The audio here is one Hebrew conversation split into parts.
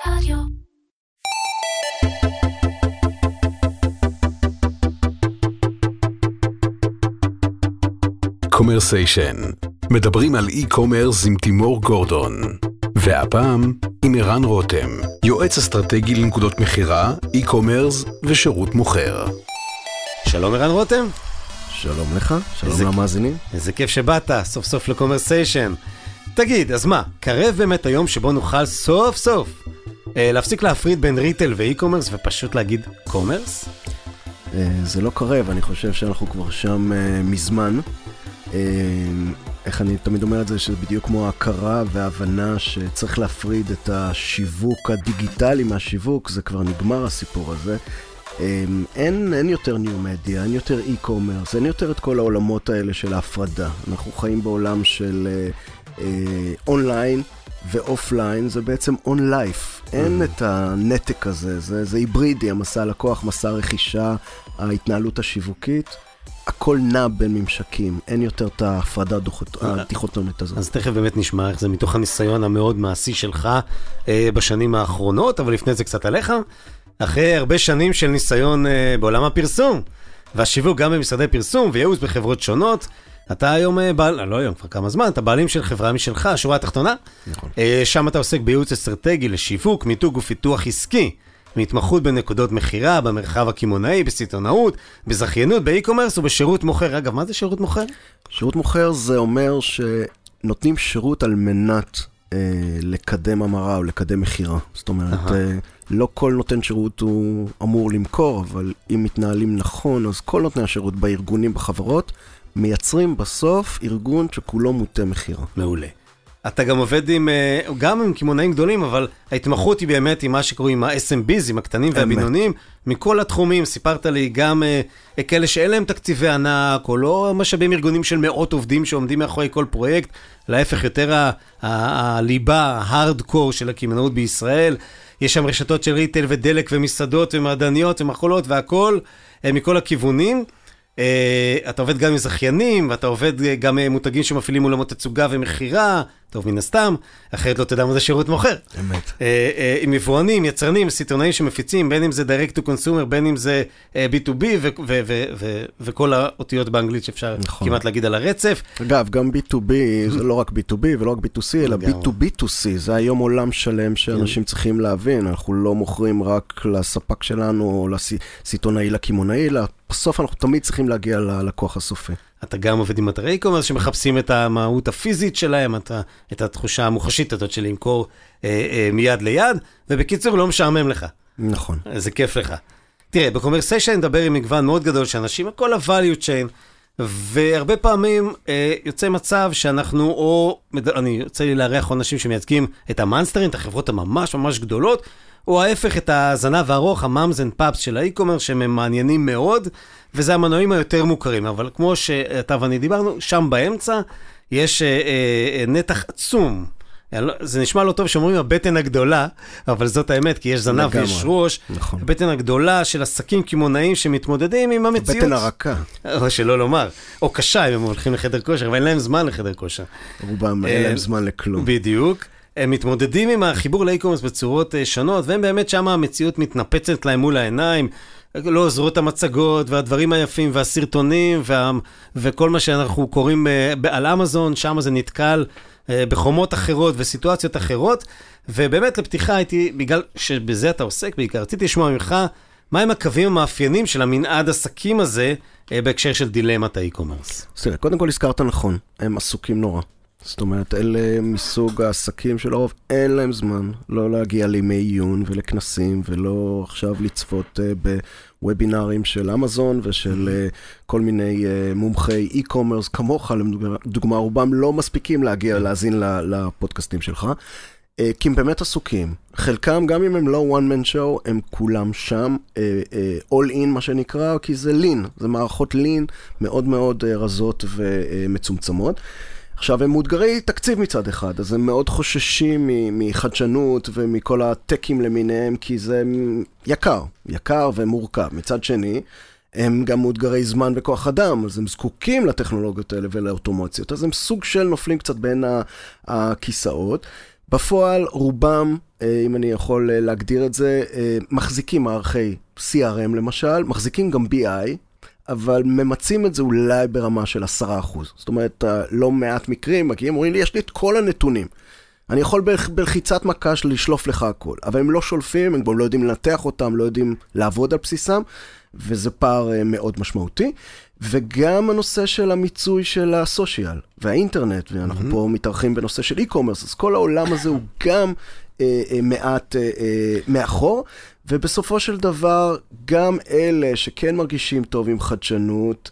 רדיו. קומרסיישן, מדברים על אי-קומרס עם תימור גורדון. והפעם עם ערן רותם, יועץ אסטרטגי לנקודות מחירה, אי-קומרס ושירות מוכר. שלום ערן רותם. שלום לך, שלום למאזינים. איזה כיף שבאת, סוף סוף לקומרסיישן. תגיד, אז מה, קרב באמת היום שבו נוכל סוף סוף להפסיק להפריד בין ריטל ואי-קומרס ופשוט להגיד קומרס? זה לא קרב, אני חושב שאנחנו כבר שם מזמן. איך אני תמיד אומר את זה, שזה בדיוק כמו ההכרה וההבנה שצריך להפריד את השיווק הדיגיטלי מהשיווק, זה כבר נגמר הסיפור הזה. אין יותר ניו מדיה, אין יותר אי-קומרס, אין יותר את כל העולמות האלה של ההפרדה. אנחנו חיים בעולם של אונליין ואופליין, זה בעצם און לייף. אין את הנתק הזה, זה היברידי, המסע לקוח, מסע רכישה, ההתנהלות השיווקית. הכל נע בין ממשקים, אין יותר את ההפרדה הדיכוטומית הזאת. אז תכף באמת נשמע איך זה מתוך הניסיון המאוד מעשי שלך בשנים האחרונות, אבל לפני זה קצת עליך. אחרי הרבה שנים של ניסיון בעולם הפרסום, והשיווק גם במשרדי פרסום וייעוץ בחברות שונות, אתה היום לא היום, כבר כמה זמן, אתה בעלים של חברה משלך, השורה התחתונה. נכון. שם אתה עוסק בייעוץ אסטרטגי לשיווק, מיתוג ופיתוח עסקי. מהתמחות בנקודות מחירה, במרחב הקמעונאי, בסיטונאות, בזכיינות, באי-קומרס ובשירות מוכר. אגב, מה זה שירות מוכר? שירות מוכר זה אומר שנותנים שירות על מנת לקדם המרה או לקדם מחירה. זאת אומרת, לא כל נותן שירות הוא אמור למכור, אבל אם מתנהלים נכון, אז כל נותני השירות בארגונים, בחברות, מייצרים בסוף ארגון שכולו מוטה מחירה. מעולה. אתה גם עובד גם עם קמעונאים גדולים, אבל ההתמחות היא באמת עם מה שקוראים ה-SMBs, עם הקטנים והבינוניים, מכל התחומים. סיפרת לי גם כאלה שאין להם תקציבי ענק, או לא משאבים ארגונים של מאות עובדים שעומדים מאחורי כל פרויקט, להפך יותר הליבה, ההארדקור של הקמעונאות בישראל. יש שם רשתות של ריטל ודלק ומסעדות ומעדניות ומחולות והכל, מכל הכיוונים. אתה עובד גם עם זכיינים, ואתה עובד גם עם מותגים שמפעילים עולמות תצוגה ומחירה, טוב מן הסתם, אחרת לא תדע מה זה שירות מוכר. אמת. עם יבואנים, יצרנים, סיטונאים שמפיצים, בין אם זה direct to consumer, בין אם זה B2B, וכל האותיות באנגלית שאפשר כמעט להגיד על הרצף. אגב, גם B2B, זה לא רק B2B ולא רק B2C, אלא B2B2C, זה היום עולם שלם שאנשים צריכים להבין, אנחנו לא מוכרים רק לספק שלנו, או לסיטונאי, לקמעונאי, אלא בסוף אנחנו תמיד צריכים להגיע ללקוח הסופי. אתה גם עובד עם אתרי אי-קומרס שמחפשים את המהות הפיזית שלהם, את התחושה המוחשית הזאת של למכור מיד ליד, ובקיצור לא משעמם לך. נכון. זה כיף לך. תראה, בקומרסיישן נדבר עם מגוון מאוד גדול של אנשים, כל ה-value chain, והרבה פעמים יוצא מצב שאנחנו, אני יוצא לי לארח אנשים שמייצגים את המאנסטרים, את החברות הממש ממש גדולות, או ההפך את הזנב הארוך, המאמס אנד פאפס של האי-קומרס, שהם מעניינים מאוד, וזה המנועים היותר מוכרים, אבל כמו שאתה ואני דיברנו, שם באמצע יש נתח עצום. זה נשמע לא טוב שאומרים הבטן הגדולה, אבל זאת האמת, כי יש זנב ויש ראש. נכון. הבטן הגדולה של עסקים קמעונאים שמתמודדים עם המציאות. הבטן הרכה. או שלא לומר. או קשה אם הם הולכים לחדר כושר, ואין להם זמן לחדר כושר. רובם אין להם זמן לכלום. בדיוק. הם מתמודדים עם החיבור לאי-קומרס בצורות שונות, והם באמת שם המציאות מתנפצת להם מול העיניים, לא עוזרות המצגות והדברים היפים והסרטונים וכל מה שאנחנו קוראים על אמזון, שם זה נתקל בחומות אחרות וסיטואציות אחרות, ובאמת לפתיחה הייתי, בגלל שבזה אתה עוסק בעיקר, רציתי לשמוע ממך, מהם הקווים המאפיינים של המנעד עסקים הזה בהקשר של דילמת האי-קומרס? קודם כל הזכרת נכון, הם עסוקים נורא. זאת אומרת, אלה מסוג העסקים של הרוב, אין להם זמן לא להגיע לימי עיון ולכנסים, ולא עכשיו לצפות בוובינרים של אמזון ושל כל מיני מומחי אי-קומרס כמוך, לדוגמה, רובם לא מספיקים להאזין לפודקאסטים שלך, כי הם באמת עסוקים. חלקם, גם אם הם לא one man show, הם כולם שם, all in מה שנקרא, כי זה lean, זה מערכות lean מאוד מאוד רזות ומצומצמות. עכשיו, הם מאותגרי תקציב מצד אחד, אז הם מאוד חוששים מחדשנות ומכל הטקים למיניהם, כי זה יקר ומורכב. מצד שני, הם גם מאותגרי זמן וכוח אדם, אז הם זקוקים לטכנולוגיות האלה ולאוטומציות, אז הם סוג של נופלים קצת בין הכיסאות, בפועל, רובם, אם אני יכול להגדיר את זה, מחזיקים מערכי CRM למשל, מחזיקים גם BI, אבל ממצים את זה אולי ברמה של 10%. זאת אומרת, לא מעט מקרים מגיעים, אומרים לי, יש לי את כל הנתונים. אני יכול בלחיצת מקש לשלוף לך הכל, אבל הם לא שולפים, הם גם לא יודעים לנתח אותם, לא יודעים לעבוד על בסיסם, וזה פער מאוד משמעותי. וגם הנושא של המיצוי של הסושיאל והאינטרנט, ואנחנו פה מתארחים בנושא של e-commerce, אז כל העולם הזה הוא גם מעט מאחור, ובסופו של דבר, גם אלה שכן מרגישים טוב עם חדשנות,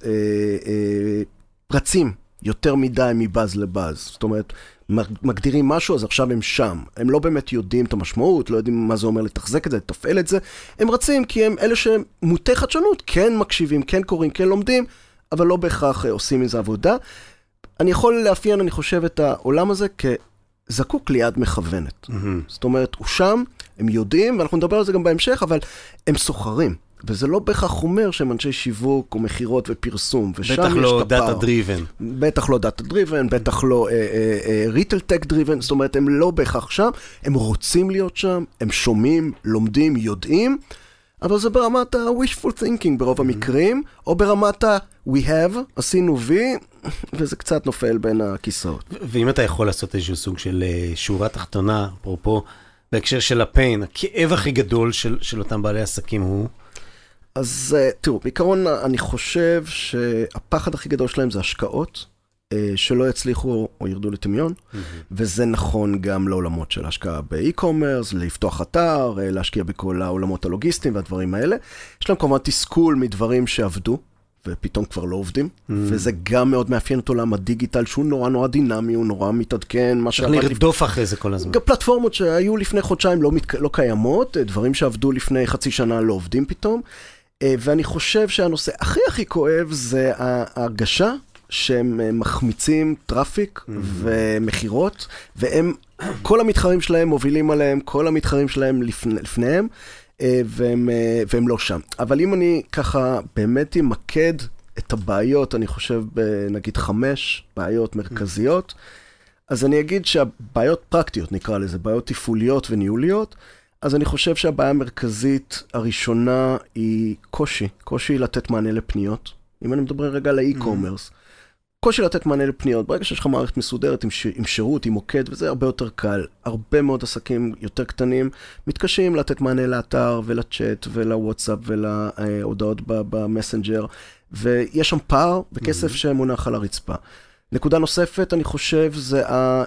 רצים יותר מדי מבאז לבאז. זאת אומרת, מגדירים משהו, אז עכשיו הם שם. הם לא באמת יודעים את המשמעות, לא יודעים מה זה אומר לתחזק את זה, לתפעל את זה. הם רצים כי הם אלה שמוטי חדשנות, כן מקשיבים, כן קוראים, כן לומדים, אבל לא בהכרח עושים איזו עבודה. אני יכול לאפיין, אני חושב, את העולם הזה כזקוק ליד מכוונת. זאת אומרת, הוא שם, הם יודעים, ואנחנו נדבר על זה גם בהמשך, אבל הם סוחרים. וזה לא בהכרח אומר שהם אנשי שיווק או מחירות ופרסום, ושם בטח לא דאטה דריבן. בטח לא דאטה דריבן, בטח לא ריטל טק דריבן, זאת אומרת, הם לא בהכרח שם, הם רוצים להיות שם, הם שומעים, לומדים, יודעים, אבל זה ברמת ה-wishful thinking ברוב המקרים, או ברמת ה-we have, עשינו וי, וזה קצת נופל בין הכיסאות. ואם אתה יכול לעשות איזשהו סוג של שורה תחתונה, אפרופו, בהקשר של הפיין, הכאב הכי גדול של אותם בעלי עסקים הוא? אז תראו, בעיקרון אני חושב שהפחד הכי גדול שלהם זה השקעות, שלא יצליחו או ירדו לטמיון, וזה נכון גם לעולמות של השקעה באי-קומרס, לפתוח אתר, להשקיע בכל העולמות הלוגיסטיים והדברים האלה. יש להם כמובן תסכול מדברים שעבדו, ופתאום כבר לא עובדים, וזה גם מאוד מאפיין את עולם הדיגיטל, שהוא נורא נורא דינמי, הוא נורא מתעדכן. צריך לרדוף אחרי זה כל הזמן. גם פלטפורמות שהיו לפני חודשיים לא קיימות, דברים שעבדו לפני חצי שנה לא עובדים פתאום, ואני חושב שהנושא הכי כואב זה ההרגשה שהם מחמיצים טראפיק ומחירות, והם, כל המתחרים שלהם מובילים עליהם, כל המתחרים שלהם לפניהם, והם לא שם. אבל אם אני ככה באמת אמקד את הבעיות, אני חושב נגיד 5 בעיות מרכזיות, אז אני אגיד שהבעיות פרקטיות, נקרא לזה, בעיות תפעוליות וניהוליות, אז אני חושב שהבעיה המרכזית הראשונה היא קושי לתת מענה לפניות. אם אני מדבר רגע על האי-קומרס, קושי לתת מענה לפניות. ברגע שיש לך מערכת מסודרת עם שירות, עם מוקד, וזה הרבה יותר קל. הרבה מאוד עסקים יותר קטנים מתקשים לתת מענה לאתר ולצ'אט ולוואטסאפ ולהודעות במסנג'ר, ויש שם פער וכסף שמונח על הרצפה. נקודה נוספת, אני חושב, זה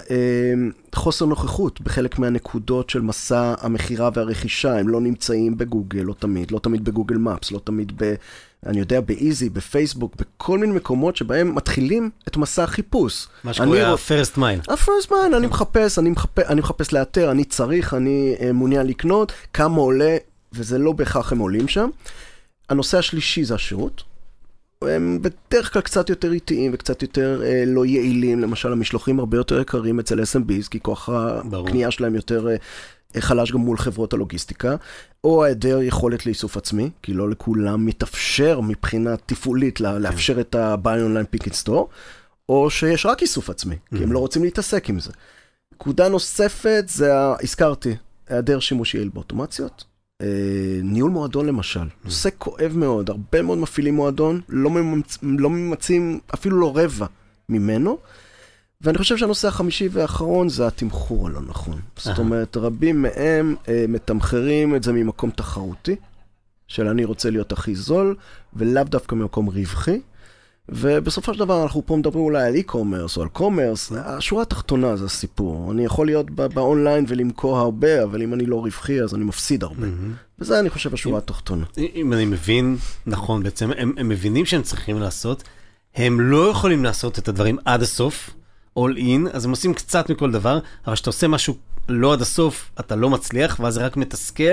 חוסר נוכחות בחלק מהנקודות של מסע המחירה והרכישה. הם לא נמצאים בגוגל, לא תמיד בגוגל מפס, לא תמיד אני יודע, באיזי, בפייסבוק, בכל מיני מקומות שבהם מתחילים את מסע החיפוש. מה שקורה ה-first mile. ה-first mile, אני מחפש לאתר, אני צריך, אני מעוניין לקנות, כמה עולה, וזה לא בהכרח הם עולים שם. הנושא השלישי זה השירות. הם בדרך כלל קצת יותר איטיים וקצת יותר לא יעילים. למשל, המשלוחים הרבה יותר יקרים אצל SMBs, כי כוח הקנייה שלהם יותר חלש גם מול חברות הלוגיסטיקה, או היעדר יכולת לאיסוף עצמי, כי לא לכולם מתאפשר מבחינה תפעולית לאפשר את ה-buy online pick and store, או שיש רק איסוף עצמי, כי הם לא רוצים להתעסק עם זה. נקודה נוספת זה, הזכרתי, היעדר שימוש יעיל באוטומציות, ניהול מועדון למשל, נושא כואב מאוד, הרבה מאוד מפעילים מועדון, לא ממצים אפילו לא רבע ממנו, ואני חושב שהנושא החמישי והאחרון זה התמחור הלא נכון. זאת אומרת, רבים מהם מתמחרים את זה ממקום תחרותי, של אני רוצה להיות הכי זול, ולאו דווקא ממקום רווחי, ובסופו של דבר אנחנו פה מדברים אולי על e-commerce או על commerce, השורה התחתונה זה הסיפור. אני יכול להיות באונליין ולמכור הרבה, אבל אם אני לא רווחי אז אני מפסיד הרבה. וזה אני חושב השורה התחתונה. אם אני מבין, נכון, בעצם הם מבינים שהם צריכים לעשות, הם לא יכולים לעשות את הדברים עד הסוף, all in, אז הם עושים קצת מכל דבר, אבל שאתה עושה משהו לא עד הסוף, אתה לא מצליח, ואז זה רק מתסכל,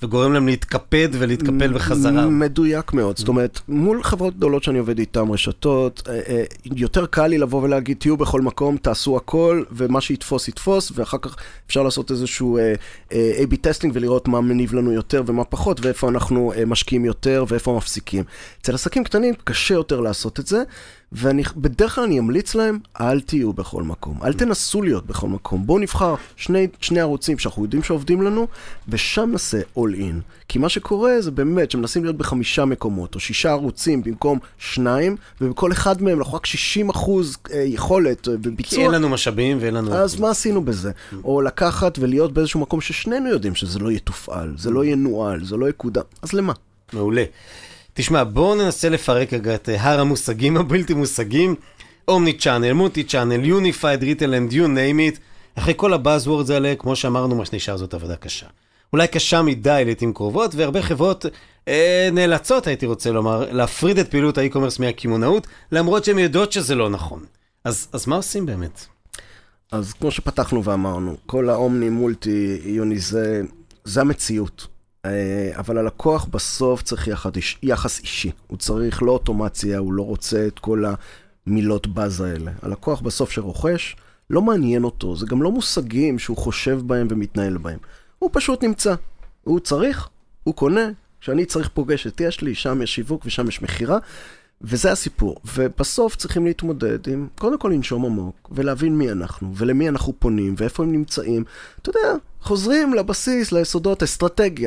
וגורם להם להתקפד ולהתקפל בחזרה. מדויק מאוד. זאת אומרת, מול חברות גדולות שאני עובד איתן, רשתות, יותר קל לי לבוא ולהגיד, תהיו בכל מקום, תעשו הכל, ומה שיתפוס, יתפוס, ואחר כך אפשר לעשות איזשהו A-B טסטינג ולראות מה מניב לנו יותר ומה פחות, ואיפה אנחנו משקיעים יותר ואיפה מפסיקים. אצל עסקים קטנים קשה יותר לעשות את זה, ובדרך כלל אני אמליץ להם, אל תהיו בכל מקום, אל תנסו להיות בכל מקום. בואו נבחר שני ערוצים שאנחנו יודעים שעובדים לנו, ושם נעשה all in. כי מה שקורה זה באמת שמנסים להיות ב5 מקומות, או 6 ערוצים במקום 2, ובכל אחד מהם אנחנו רק 60% יכולת בביצוע. כי אין לנו משאבים ואין לנו... אז מה עשינו בזה? או לקחת ולהיות באיזשהו מקום ששנינו יודעים שזה לא יתופעל, זה לא ינועל, זה לא יקודם. אז למה? מעולה. תשמע, בואו ננסה לפרק את הר המושגים הבלתי מושגים, אומני צ'אנל, מולטי צ'אנל, יוניפייד, ריטל אנד, you name it. אחרי כל הבאזוורדס האלה, כמו שאמרנו, מה שנשאר זאת עבודה קשה. אולי קשה מדי לעתים קרובות, והרבה חברות נאלצות, הייתי רוצה לומר, להפריד את פעילות האי-קומרס מהקימונאות, למרות שהן יודעות שזה לא נכון. אז מה עושים באמת? אז כמו שפתחנו ואמרנו, כל האומני, מולטי, יוני, זה המציאות. אבל הלקוח בסוף צריך יחס אישי. הוא צריך לא אוטומציה, הוא לא רוצה את כל המילות בז האלה. הלקוח בסוף שרוכש, לא מעניין אותו. זה גם לא מושגים שהוא חושב בהם ומתנהל בהם. הוא פשוט נמצא. הוא צריך, הוא קונה. כשאני צריך פוגשת, יש לי, שם יש שיווק ושם יש מחירה. וזה הסיפור. ובסוף צריכים להתמודד עם, קודם כל לנשום עמוק, ולהבין מי אנחנו, ולמי אנחנו פונים, ואיפה הם נמצאים. אתה יודע, חוזרים לבסיס, ליסודות, אסטרטגיה.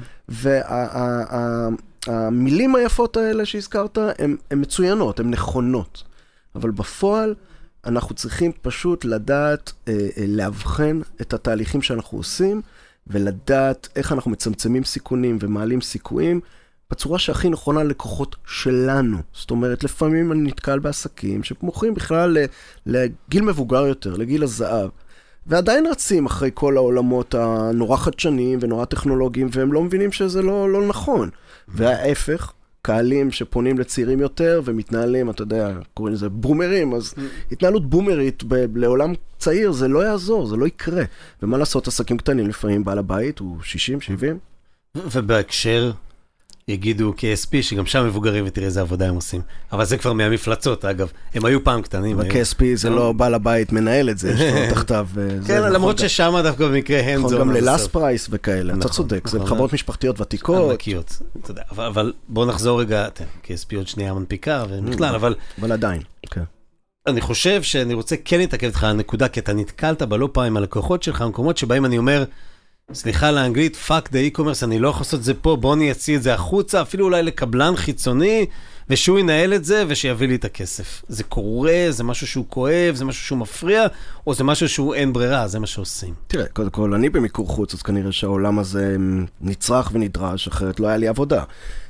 והמילים היפות האלה שהזכרת, הן מצוינות, הן נכונות. אבל בפועל, אנחנו צריכים פשוט לדעת, להבחן את התהליכים שאנחנו עושים, ולדעת איך אנחנו מצמצמים סיכונים ומעלים סיכויים, בצורה שהכי נכונה ללקוחות שלנו. זאת אומרת, לפעמים אני נתקל בעסקים שמוכרים בכלל לגיל מבוגר יותר, לגיל הזהב, ועדיין רצים אחרי כל העולמות הנורא חדשניים ונורא טכנולוגיים, והם לא מבינים שזה לא נכון. וההפך, קהלים שפונים לצעירים יותר ומתנהלים, אתה יודע, קוראים לזה בומרים, אז התנהלות בומרית לעולם צעיר, זה לא יעזור, זה לא יקרה. ומה לעשות, עסקים קטנים לפעמים, בעל הבית הוא 60, 70. ובהקשר יגידו KSP, שגם שם מבוגרים ותראה איזה עבודה הם עושים. אבל זה כבר מהמפלצות, אגב. הם היו פעם קטנים. אבל KSP זה לא בעל הבית מנהל את זה, יש לו תחתיו. כן, למרות ששם דווקא במקרה הם נכון, גם ללאסט פרייס וכאלה. אתה צודק, זה חברות משפחתיות ותיקות. ענקיות, אתה יודע. אבל בואו נחזור רגע, KSP עוד שנייה מנפיקה, ובכלל, אבל עדיין, כן. אני חושב שאני רוצה כן להתעכב איתך על נקודה, כי אתה נתקלת בלא פעם על לקוחות שלך, מקומות שבהם אני אומר, סליחה לאנגלית, fuck the e-commerce, אני לא יכול לעשות את זה פה, בוא נייציא את זה החוצה, אפילו אולי לקבלן חיצוני, ושהוא ינהל את זה, ושיביא לי את הכסף. זה קורה, זה משהו שהוא כואב, זה משהו שהוא מפריע, או זה משהו שהוא אין ברירה, זה מה שעושים. תראה, קודם כל, אני במיקור חוץ, אז כנראה שהעולם הזה נצרך ונדרש, אחרת לא היה לי עבודה.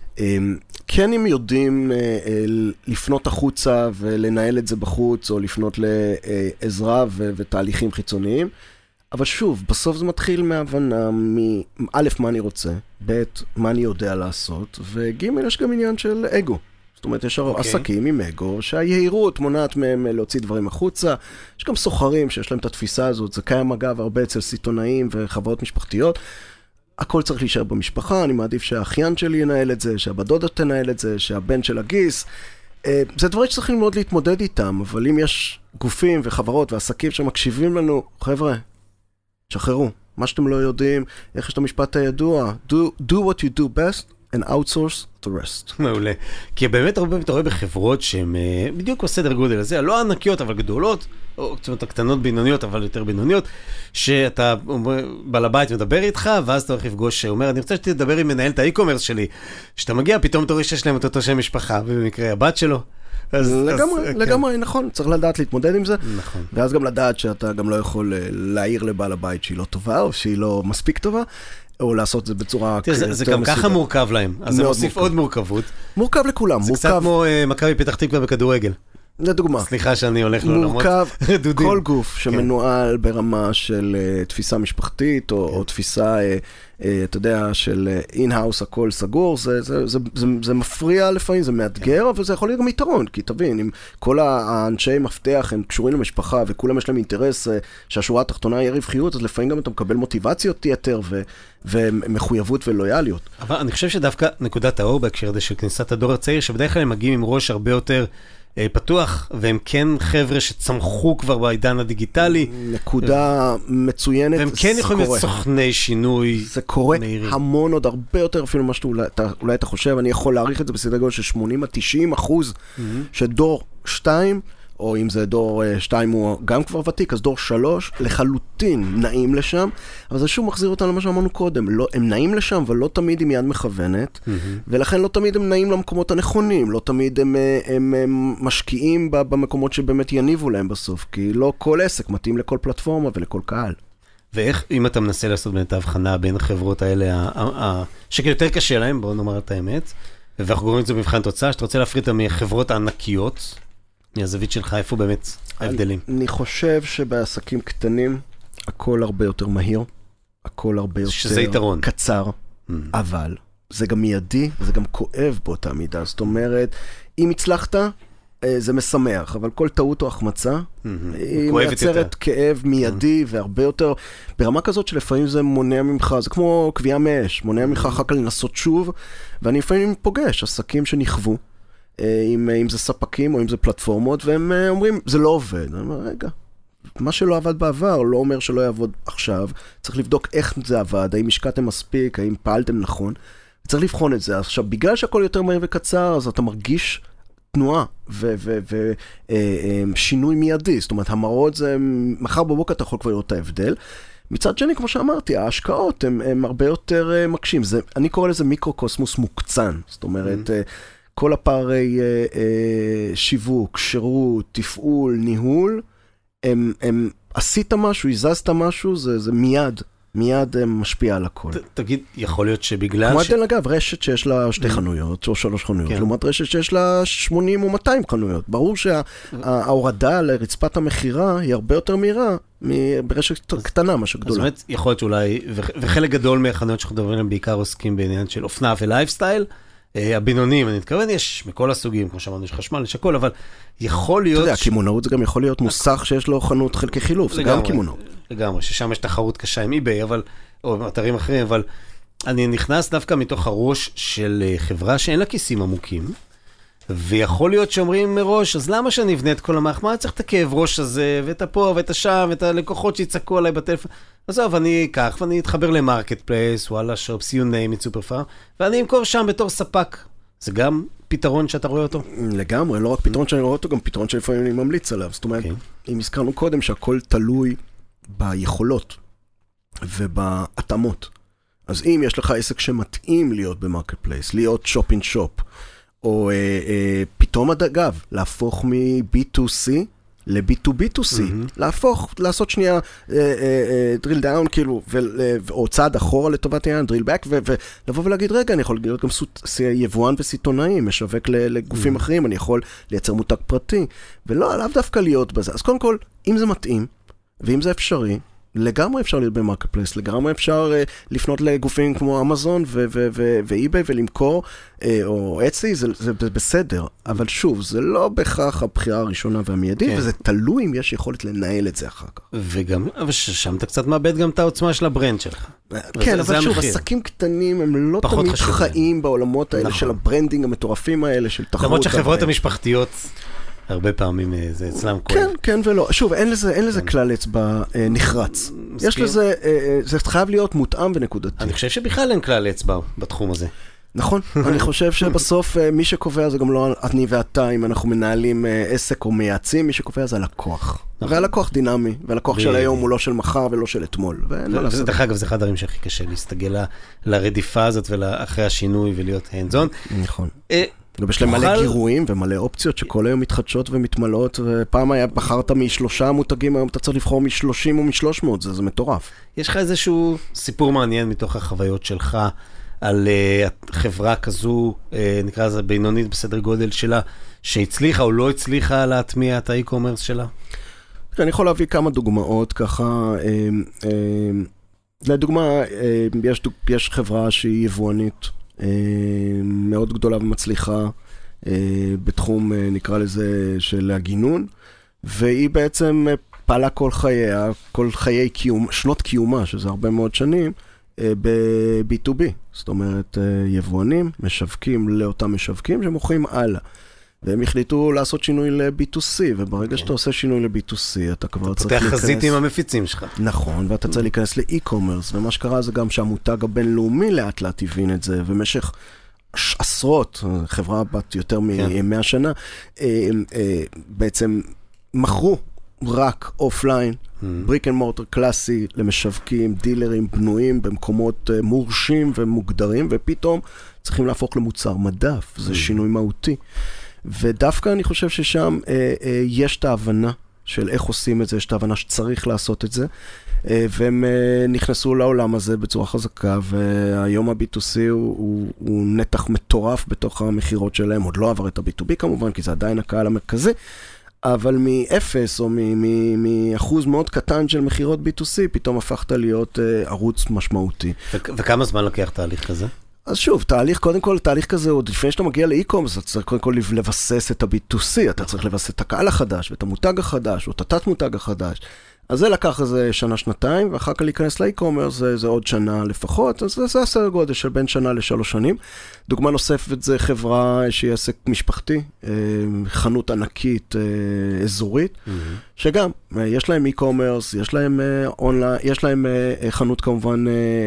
כן, אם יודעים לפנות החוצה ולנהל את זה בחוץ, או לפנות לעזרה ותהליכים חיצוניים, אבל שוב, בסוף זה מתחיל מהבנה א', מה אני רוצה, ב', מה אני יודע לעשות, וג', יש גם עניין של אגו. זאת אומרת, יש עסקים עם אגו, שהיהירות מונעת מהם להוציא דברים החוצה. יש גם סוחרים שיש להם את התפיסה הזאת, זה קיים אגב הרבה אצל סיטונאים וחברות משפחתיות. הכל צריך להישאר במשפחה, אני מעדיף שהאחיין שלי ינהל את זה, שהבדודה תנהל את זה, שהבן של הגיס. זה דברים שצריכים מאוד להתמודד איתם, אבל אם יש גופים וחברות ועסקים שמקשיבים לנו, חבר'ה, שחררו. מה שאתם לא יודעים, איך יש את המשפט הידוע, do what you do best and outsource the rest. מעולה. כי באמת הרבה אתה רואה בחברות שהן בדיוק בסדר גודל הזה, לא ענקיות אבל גדולות, או קצת הקטנות בינוניות אבל יותר בינוניות, שאתה בעל הבית מדבר איתך, ואז אתה הולך לפגוש, אומר, אני רוצה שתדבר עם מנהל את האי-קומרס שלי, שאתה מגיע, פתאום אתה רואה שיש להם את אותו שם משפחה, ובמקרה הבת שלו. לגמרי, נכון, צריך לדעת להתמודד עם זה, ואז גם לדעת שאתה גם לא יכול להעיר לבעל הבית שהיא לא טובה, או שהיא לא מספיק טובה, או לעשות את זה בצורה יותר מסוימת. זה גם ככה מורכב להם, אז זה מוסיף עוד מורכבות. מורכב לכולם. זה קצת כמו מכבי פתח תקווה בכדורגל. לדוגמה. סליחה שאני הולך לעולמות מורכב, רדודים. כל גוף שמנוהל ברמה של תפיסה משפחתית, או תפיסה, אתה יודע, של אין-האוס, הכל סגור, זה מפריע לפעמים, זה מאתגר, אבל זה יכול להיות גם יתרון, כי תבין, אם כל האנשי מפתח הם קשורים למשפחה, וכולם יש להם אינטרס שהשורה התחתונה יהיה רווחיות, אז לפעמים גם אתה מקבל מוטיבציות יתר, ומחויבות ולויאליות. אבל אני חושב שדווקא נקודת האור בהקשר הזה של כניסת הדור הצעיר, שבדרך כלל הם מגיעים עם ראש הרבה יותר פתוח, והם כן חבר'ה שצמחו כבר בעידן הדיגיטלי. נקודה מצוינת. והם כן יכולים להיות סוכני שינוי. זה קורה המון, עוד הרבה יותר אפילו מה שאולי אתה חושב, אני יכול להעריך את זה בסדר גודל של 80-90% שדור 2, או אם זה דור 2 הוא גם כבר ותיק, אז דור 3 לחלוטין נעים לשם, אבל זה שוב מחזיר אותנו למה שאמרנו קודם, הם נעים לשם, אבל לא תמיד עם יד מכוונת, ולכן לא תמיד הם נעים למקומות הנכונים, לא תמיד הם משקיעים במקומות שבאמת יניבו להם בסוף, כי לא כל עסק מתאים לכל פלטפורמה ולכל קהל. ואיך, אם אתה מנסה לעשות באמת ההבחנה בין החברות האלה, שכן יותר קשה להם, בואו נאמר את האמת, ואנחנו גורמים את זה במבחן תוצאה, שאתה רוצה להפריד אותם מחברות הענקיות, מהזווית שלך, איפה באמת ההבדלים? אני חושב שבעסקים קטנים, הכל הרבה יותר מהיר, הכל הרבה יותר קצר, אבל זה גם מיידי, זה גם כואב באותה מידה. זאת אומרת, אם הצלחת, זה משמח, אבל כל טעות או החמצה, היא מייצרת כאב מיידי והרבה יותר, ברמה כזאת שלפעמים זה מונע ממך, זה כמו קביעה מאש, מונע ממך אחר כך לנסות שוב, ואני לפעמים פוגש עסקים שנכוו, אם זה ספקים או אם זה פלטפורמות, והם אומרים, זה לא עובד. אני אומר, רגע, מה שלא עבד בעבר לא אומר שלא יעבוד עכשיו, צריך לבדוק איך זה עבד, האם השקעתם מספיק, האם פעלתם נכון, צריך לבחון את זה. עכשיו, בגלל שהכל יותר מהיר וקצר, אז אתה מרגיש תנועה ושינוי מיידי, זאת אומרת, המראות זה, מחר בבוקר אתה יכול כבר לראות את ההבדל. מצד שני, כמו שאמרתי, ההשקעות הם הרבה יותר מקשים. אני קורא לזה מיקרו-קוסמוס מוקצן, זאת אומרת, כל הפערי שיווק, שירות, תפעול, ניהול, הם עשית משהו, הזזת משהו, זה מיד משפיע על הכל. תגיד, יכול להיות שבגלל כמו עדן אגב, רשת שיש לה 2 חנויות או 3 חנויות, לעומת רשת שיש לה 80 או 200 חנויות. ברור שההורדה לרצפת המחירה היא הרבה יותר מהירה ברשת קטנה, משהו גדולה. זאת אומרת, יכול להיות שאולי, וחלק גדול מהחנויות שאנחנו מדברים עליהם בעיקר עוסקים בעניין של אופנה ולייפסטייל, הבינונים, אני מתכוון, יש מכל הסוגים, כמו שאמרנו, יש חשמל, יש הכל, אבל יכול להיות... אתה יודע, כימונאות זה גם יכול להיות מוסך שיש לו חנות חלקי חילוף, זה גם כימונאות. לגמרי, ששם יש תחרות קשה עם eBay, או אתרים אחרים, אבל אני נכנס דווקא מתוך הראש של חברה שאין לה כיסים עמוקים, ויכול להיות שאומרים מראש, אז למה שאני אבנה את כל המערך? מה צריך את הכאב ראש הזה, ואת הפה, ואת השם, ואת הלקוחות שיצעקו עליי בטלפון? עזוב, אני אקח, ואני אתחבר למרקט פלייס, וואלה, שופס, you name it, סופרפארם, ואני אמכור שם בתור ספק. זה גם פתרון שאתה רואה אותו? לגמרי, לא רק פתרון שאני רואה אותו, גם פתרון שלפעמים אני ממליץ עליו. זאת אומרת, אם הזכרנו קודם שהכל תלוי ביכולות ובהתאמות. אז אם יש לך עסק שמתאים להיות במרקט פלייס, להיות שופ אין שופ, או פתאום אגב, להפוך מ-B2C ל-B2B2C, להפוך, לעשות שנייה drill down, כאילו, או צעד אחורה לטובת העניין, drill back, ולבוא ולהגיד, רגע, אני יכול להיות גם יבואן וסיטונאי, משווק לגופים אחרים, אני יכול לייצר מותג פרטי, ולא, עליו דווקא להיות בזה. אז קודם כל, אם זה מתאים, ואם זה אפשרי, לגמרי אפשר להיות במרקט פלייס, לגמרי אפשר לפנות לגופים כמו אמזון ואיביי ולמכור, או אצי, זה בסדר. אבל שוב, זה לא בכך הבחירה הראשונה והמיידית, וזה תלוי אם יש יכולת לנהל את זה אחר כך. וגם, אבל שם אתה קצת מאבד גם את העוצמה של הברנד שלך. כן, אבל שוב, עסקים קטנים הם לא תמיד חיים בעולמות האלה של הברנדינג המטורפים האלה, של תחרות. למרות שהחברות המשפחתיות... הרבה פעמים זה אצלם כואב. כן, כן ולא. שוב, אין לזה כלל אצבע נחרץ. יש לזה, זה חייב להיות מותאם ונקודתי. אני חושב שבכלל אין כלל אצבע בתחום הזה. נכון, אני חושב שבסוף מי שקובע זה גם לא אני ואתה, אם אנחנו מנהלים עסק או מייעצים, מי שקובע זה הלקוח. והלקוח דינמי, והלקוח של היום הוא לא של מחר ולא של אתמול. דרך אגב, זה אחד הדברים שהכי קשה להסתגל לרדיפה הזאת ולאחרי השינוי ולהיות hands-on. נכון. יש להם מלא גירויים ומלא אופציות שכל היום מתחדשות ומתמלאות, ופעם בחרת מ3 מותגים, היום אתה צריך לבחור מ30 או מ300, זה מטורף. יש לך איזשהו סיפור מעניין מתוך החוויות שלך, על חברה כזו, נקרא לזה בינונית בסדר גודל שלה, שהצליחה או לא הצליחה להטמיע את האי-קומרס שלה? אני יכול להביא כמה דוגמאות ככה. לדוגמה, יש חברה שהיא יבואנית מאוד גדולה ומצליחה בתחום, נקרא לזה, של הגינון, והיא בעצם פעלה כל חייה, כל חיי שנות קיומה, שזה הרבה מאוד שנים, ב-B2B. זאת אומרת, יבואנים משווקים לאותם משווקים שמוכרים הלאה. והם החליטו לעשות שינוי ל-B2C, וברגע שאתה עושה שינוי ל-B2C, אתה כבר צריך להיכנס... פותח חזית עם המפיצים שלך. נכון, ואתה צריך להיכנס ל-e-commerce, ומה שקרה זה גם שהמותג הבינלאומי לאט לאט הבין את זה, ומשך עשרות, חברה בת יותר מ-100 שנה, בעצם מכרו רק אופליין, בריק אנד מורטר קלאסי למשווקים, דילרים בנויים במקומות מורשים ומוגדרים, ופתאום צריכים להפוך למוצר מדף, זה שינוי מהותי. ודווקא אני חושב ששם יש את ההבנה של איך עושים את זה, יש את ההבנה שצריך לעשות את זה, והם נכנסו לעולם הזה בצורה חזקה, והיום ה-B2C הוא נתח מטורף בתוך המחירות שלהם, עוד לא עבר את ה-B2B כמובן, כי זה עדיין הקהל המרכזי, אבל מ-0 או מאחוז מאוד קטן של מחירות B2C, פתאום הפכת להיות ערוץ משמעותי. וכמה זמן לוקח תהליך כזה? אז שוב, קודם כל, תהליך כזה, עוד לפני שאתה מגיע לאי-קומרס, אתה צריך קודם כל לבסס את ה-B2C, אתה צריך לבסס את הקהל החדש, ואת המותג החדש, או את התת-מותג החדש. אז זה לקח איזה שנה, שנתיים, ואחר כך להיכנס לאי-קומרס, זה עוד שנה לפחות, אז זה הסדר גודל של בין שנה ל3 שנים. דוגמה נוספת זה חברה שהיא עסק משפחתי, חנות ענקית אזורית, שגם, יש להם אי-קומרס, יש להם אונליין, יש להם חנות כמובן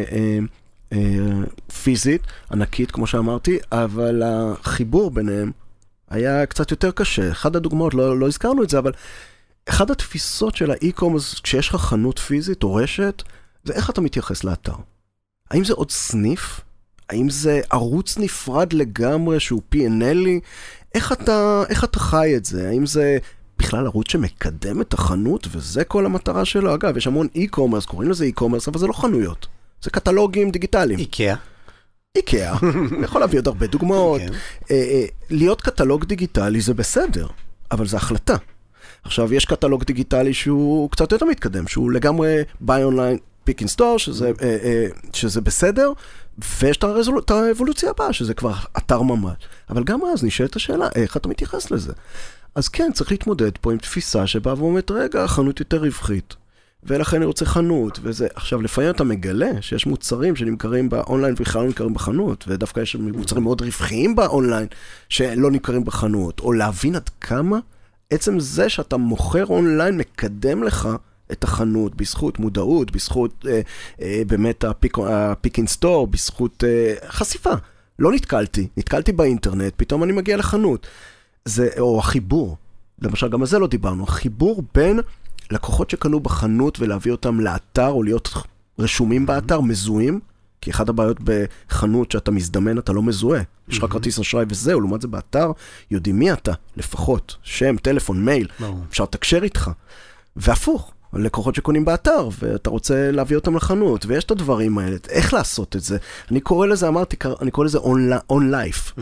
פיזית, ענקית, כמו שאמרתי, אבל החיבור ביניהם היה קצת יותר קשה. אחד הדוגמאות, לא הזכרנו את זה, אבל אחד התפיסות של האי-קומרס, כשיש לך חנות פיזית או רשת, זה איך אתה מתייחס לאתר. האם זה עוד סניף? האם זה ערוץ נפרד לגמרי שהוא P&L? איך אתה חי את זה? האם זה בכלל ערוץ שמקדם את החנות, וזה כל המטרה שלו? אגב, יש המון אי-קומרס, קוראים לזה אי-קומרס, אבל זה לא חנויות. זה קטלוגים דיגיטליים. איקאה. אני יכול להביא עוד הרבה דוגמאות. להיות קטלוג דיגיטלי זה בסדר, אבל זה החלטה. עכשיו, יש קטלוג דיגיטלי שהוא קצת יותר מתקדם, שהוא לגמרי buy online, pick in store, שזה בסדר, ויש את האבולוציה הבאה, שזה כבר אתר ממש. אבל גם אז נשאלת השאלה, איך אתה מתייחס לזה? אז כן, צריך להתמודד פה עם תפיסה שבאה ואומרת, רגע, חנות יותר רווחית. ולכן אני רוצה חנות, וזה, עכשיו לפעמים אתה מגלה שיש מוצרים שנמכרים באונליין ובכלל לא נמכרים בחנות, ודווקא יש מוצרים מאוד רווחיים באונליין שלא נמכרים בחנות, או להבין עד כמה עצם זה שאתה מוכר אונליין מקדם לך את החנות, בזכות מודעות, בזכות באמת הפיק אין סטור, בזכות חשיפה. לא נתקלתי באינטרנט, פתאום אני מגיע לחנות. זה, או החיבור, למשל גם על זה לא דיברנו, החיבור בין לקוחות שקנו בחנות ולהביא אותם לאתר, או להיות רשומים באתר, מזוהים, כי אחד הבעיות בחנות שאתה מזדמן, אתה לא מזוהה. יש לך כרטיס אשראי וזהו, לעומת זה באתר, יודעים מי אתה, לפחות, שם, טלפון, מייל, אפשר לתקשר איתך. והפוך, לקוחות שקונים באתר, ואתה רוצה להביא אותם לחנות, ויש את הדברים האלה, איך לעשות את זה? אני קורא לזה, אני קורא לזה on life,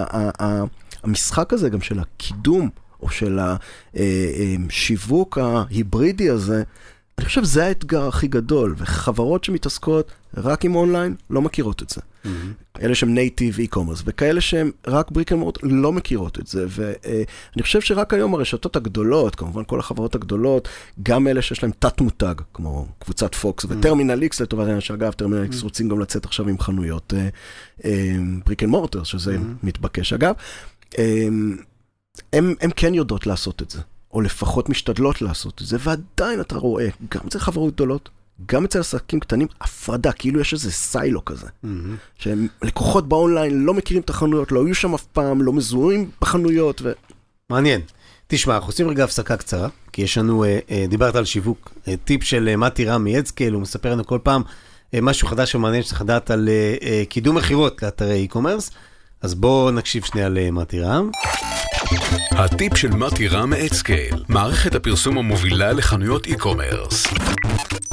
והמשחק הזה גם של הקידום, או של השיווק ההיברידי הזה, אני חושב שזה האתגר הכי גדול, וחברות שמתעסקות רק עם אונליין לא מכירות את זה. אלה שהם נייטיב אי-קומרס, וכאלה שהם רק בריק אנד מורטר לא מכירות את זה, ואני חושב שרק היום הרשתות הגדולות, כמובן כל החברות הגדולות, גם אלה שיש להם תת מותג, כמו קבוצת פוקס וטרמינל איקס, לטובת העניין שאגב, טרמינל איקס רוצים גם לצאת עכשיו עם חנויות בריק אנד מורטר, שזה מתבקש אגב, הם כן יודעות לעשות את זה, או לפחות משתדלות לעשות את זה, ועדיין אתה רואה, גם אצל חברות גדולות, גם אצל עסקים קטנים, הפרדה, כאילו יש איזה סיילו כזה, שהם לקוחות באונליין לא מכירים את החנויות, לא היו שם אף פעם, לא מזוהים בחנויות. מעניין. תשמע, אנחנו עושים רגע הפסקה קצרה, כי יש לנו, דיברת על שיווק, טיפ של מתי רם מאדסקייל, הוא מספר לנו כל פעם משהו חדש ומעניין שצריך לדעת על קידום מחירות לאתרי אי-קומרס, אז בואו נקשיב שנייה למתי רם. הטיפ של מתי רם מאדסקייל, מערכת הפרסום המובילה לחנויות אי-קומרס.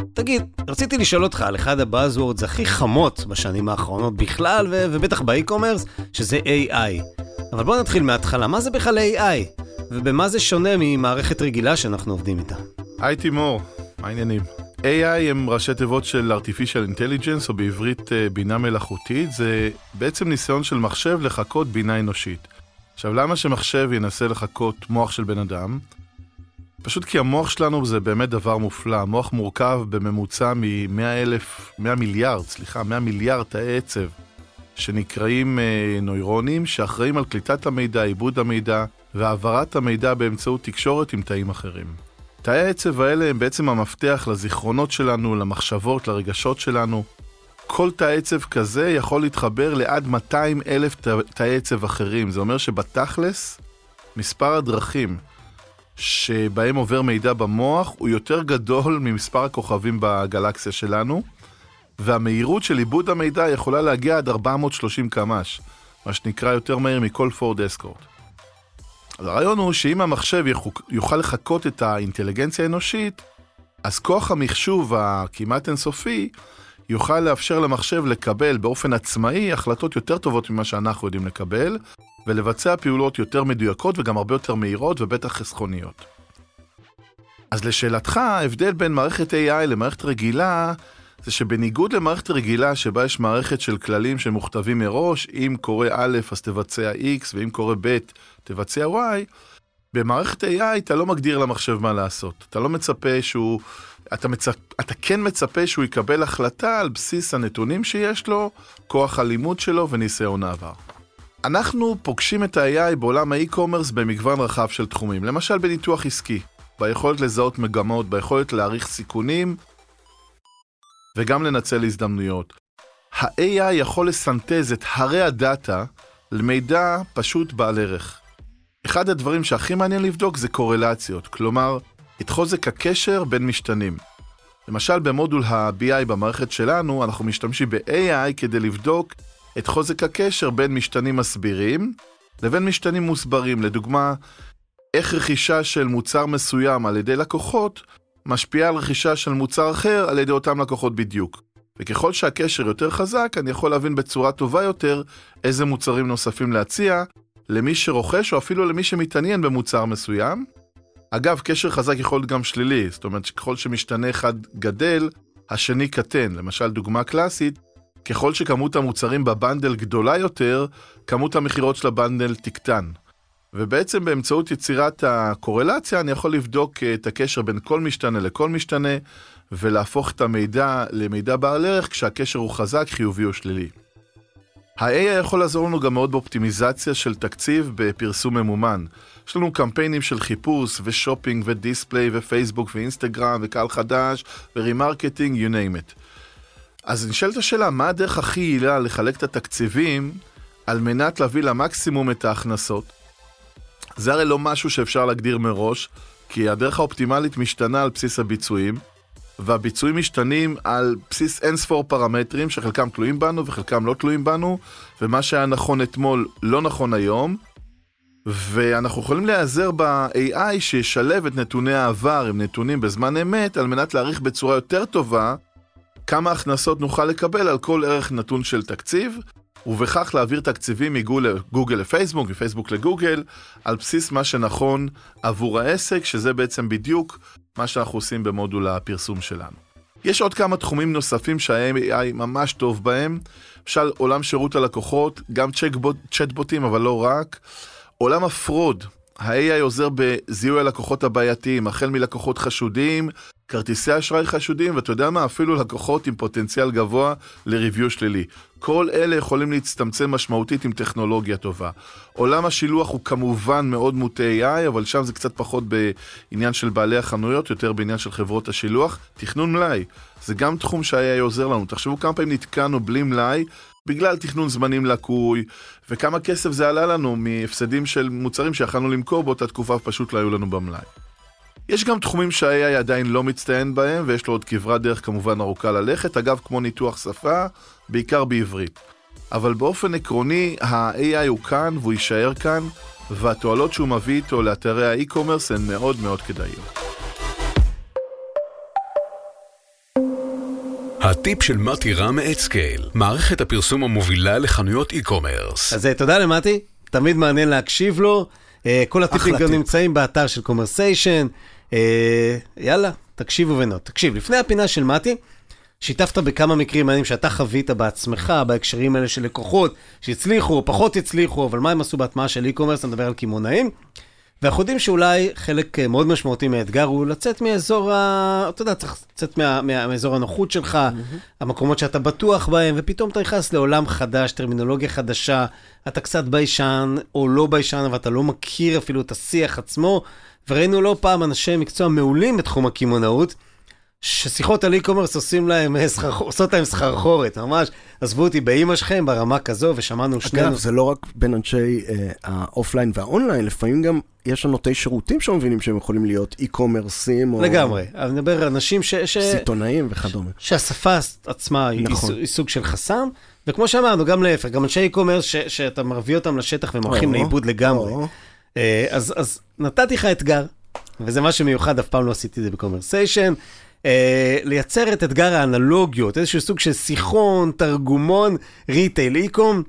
תגיד, רציתי לשאול אותך על אחד הבאזוורדס הכי חמות בשנים האחרונות בכלל, ובטח באי-קומרס, שזה AI. אבל בוא נתחיל מההתחלה, מה זה בכלל AI? ובמה זה שונה ממערכת רגילה שאנחנו עובדים איתה? היי תימור, מה העניינים? AI הם ראשי תיבות של Artificial Intelligence, או בעברית בינה מלאכותית. זה בעצם ניסיון של מחשב לחקות בינה אנושית. עכשיו, למה שמחשב ינסה לחקות מוח של בן אדם? פשוט כי המוח שלנו זה באמת דבר מופלא. המוח מורכב בממוצע מ-100 מיליארד תאי עצב, שנקראים נוירונים, שאחראים על קליטת המידע, עיבוד המידע, והעברת המידע באמצעות תקשורת עם תאים אחרים. תאי העצב האלה הם בעצם המפתח לזיכרונות שלנו, למחשבות, לרגשות שלנו. כל תאי עצב כזה יכול להתחבר לעד 200,000 תאי עצב אחרים. זה אומר שבתכלס, מספר הדרכים שבהם עובר מידע במוח הוא יותר גדול ממספר הכוכבים בגלקסיה שלנו, והמהירות של עיבוד המידע יכולה להגיע עד 430 קמ"ש, מה שנקרא יותר מהיר מכל פורד אסקורט. אז הרעיון הוא שאם המחשב יוכל לחקות את האינטליגנציה האנושית, אז כוח המחשוב הכמעט אינסופי יוכל לאפשר למחשב לקבל באופן עצמאי החלטות יותר טובות ממה שאנחנו יודעים לקבל, ולבצע פעולות יותר מדויקות וגם הרבה יותר מהירות ובטח חסכוניות. אז לשאלתך, ההבדל בין מערכת AI למערכת רגילה, זה שבניגוד למערכת רגילה שבה יש מערכת של כללים שמוכתבים מראש, אם קורה א' אז תבצע X, ואם קורה ב' תבצע Y, במערכת AI אתה לא מגדיר למחשב מה לעשות. אתה לא מצפה שהוא, אתה כן מצפה שהוא יקבל החלטה על בסיס הנתונים שיש לו, כוח הלימוד שלו וניסיון העבר. אנחנו פוגשים את ה-AI בעולם האי-קומרס במגוון רחב של תחומים, למשל בניתוח עסקי, ביכולת לזהות מגמות, ביכולת להעריך סיכונים, וגם לנצל הזדמנויות. ה-AI יכול לסנטז את הרי הדאטה למידע פשוט בעל ערך. אחד הדברים שהכי מעניין לבדוק זה קורלציות, כלומר, את חוזק הקשר בין משתנים. למשל, במודול ה-BI במערכת שלנו, אנחנו משתמשים ב-AI כדי לבדוק את חוזק הקשר בין משתנים מסבירים לבין משתנים מוסברים. לדוגמה, איך רכישה של מוצר מסוים על ידי לקוחות משפיעה על רכישה של מוצר אחר על ידי אותם לקוחות בדיוק. וככל שהקשר יותר חזק, אני יכול להבין בצורה טובה יותר איזה מוצרים נוספים להציע למי שרוכש או אפילו למי שמתעניין במוצר מסוים. אגב, קשר חזק יכול להיות גם שלילי, זאת אומרת שככל שמשתנה אחד גדל, השני קטן. למשל, דוגמה קלאסית, ככל שכמות המוצרים בבנדל גדולה יותר, כמות המחירות של הבנדל תקטן. ובעצם באמצעות יצירת הקורלציה, אני יכול לבדוק את הקשר בין כל משתנה לכל משתנה, ולהפוך את המידע למידע בעל ערך כשהקשר הוא חזק, חיובי או שלילי. ה-AI יכול לעזור לנו גם מאוד באופטימיזציה של תקציב בפרסום ממומן. יש לנו קמפיינים של חיפוש ושופינג ודיספליי ופייסבוק ואינסטגרם וקהל חדש ורימרקטינג, you name it. אז נשאלת השאלה, מה הדרך הכי יעילה לחלק את התקציבים על מנת להביא למקסימום את ההכנסות? זה הרי לא משהו שאפשר להגדיר מראש, כי הדרך האופטימלית משתנה על בסיס הביצועים, והביצועים משתנים על בסיס אינספור פרמטרים שחלקם תלויים בנו וחלקם לא תלויים בנו, ומה שהיה נכון אתמול לא נכון היום, ואנחנו יכולים להיעזר ב-AI שישלב את נתוני העבר עם נתונים בזמן אמת, על מנת להעריך בצורה יותר טובה כמה הכנסות נוכל לקבל על כל ערך נתון של תקציב, ובכך להעביר תקציבים מגוגל לפייסבוק, מפייסבוק לגוגל, על בסיס מה שנכון עבור העסק, שזה בעצם בדיוק מה שאנחנו עושים במודול הפרסום שלנו. יש עוד כמה תחומים נוספים שה-AI ממש טוב בהם, למשל עולם שירות הלקוחות, גם צ'טבוטים, אבל לא רק. עולם הפרוד, ה-AI עוזר בזיהוי הלקוחות הבעייתיים, החל מלקוחות חשודים, כרטיסי אשראי חשודים, ואתה יודע מה, אפילו לקוחות עם פוטנציאל גבוה לריוויו שלילי. כל אלה יכולים להצטמצם משמעותית עם טכנולוגיה טובה. עולם השילוח הוא כמובן מאוד מוטה AI, אבל שם זה קצת פחות בעניין של בעלי החנויות, יותר בעניין של חברות השילוח. תכנון מלאי, זה גם תחום שה-AI עוזר לנו. תחשבו כמה פעמים נתקענו בלי מלאי, בגלל תכנון זמנים לקוי, וכמה כסף זה עלה לנו מהפסדים של מוצרים שיכלנו למכור באותה תקופה פשוט לא היו לנו במלאי. יש גם תחומים שה-AI עדיין לא מצטיין בהם, ויש לו עוד כברת דרך כמובן ארוכה ללכת, אגב כמו ניתוח שפה, בעיקר בעברית. אבל באופן עקרוני, ה-AI הוא כאן והוא יישאר כאן, והתועלות שהוא מביא איתו לאתרי האי-קומרס הן מאוד מאוד כדאיות. הטיפ של מתי רם מאדסקייל, מערכת הפרסום המובילה לחנויות e-commerce. אז תודה למתי, תמיד מעניין להקשיב לו. כל הטיפים גם נמצאים באתר של קומרסיישן. יאללה, תקשיבו ונות. תקשיב, לפני הפינה של מתי, שיתפת בכמה מקרים מעניינים שאתה חווית בעצמך, בהקשרים האלה של לקוחות, שהצליחו או פחות הצליחו, אבל מה הם עשו בהטמעה של e-commerce, אני מדבר על כימונאים. ואנחנו יודעים שאולי חלק מאוד משמעותי מהאתגר הוא לצאת מאזור, אתה יודע, צריך לצאת מאזור הנוחות שלך, המקומות שאתה בטוח בהם, ופתאום אתה נכנס לעולם חדש, טרמינולוגיה חדשה, אתה קצת ביישן או לא ביישן, אבל אתה לא מכיר אפילו את השיח עצמו, וראינו לא פעם אנשי מקצוע מעולים בתחום הכימונאות, ששיחות על e-commerce עושות להם סחרחורת, ממש עזבו אותי באמא שלכם ברמה כזו, ושמענו שנינו. אגב, זה לא רק בין אנשי האופליין והאונליין, לפעמים גם יש נוטי שירותים שמבינים שהם יכולים להיות e-commerceים. לגמרי, אני מדבר אנשים סיטונאים וכדומה. שהשפה עצמה היא סוג של חסם, וכמו שאמרנו, גם להפך, גם אנשי e-commerce שאתה מביא אותם לשטח והם הולכים לאיבוד לגמרי. אז נתתי לך אתגר, וזה משהו מיוחד, אף פעם לא עשיתי את זה בקומרסיישן, לייצר את אתגר האנלוגיות, איזשהו סוג של שיחון, תרגומון, ריטייל איקום,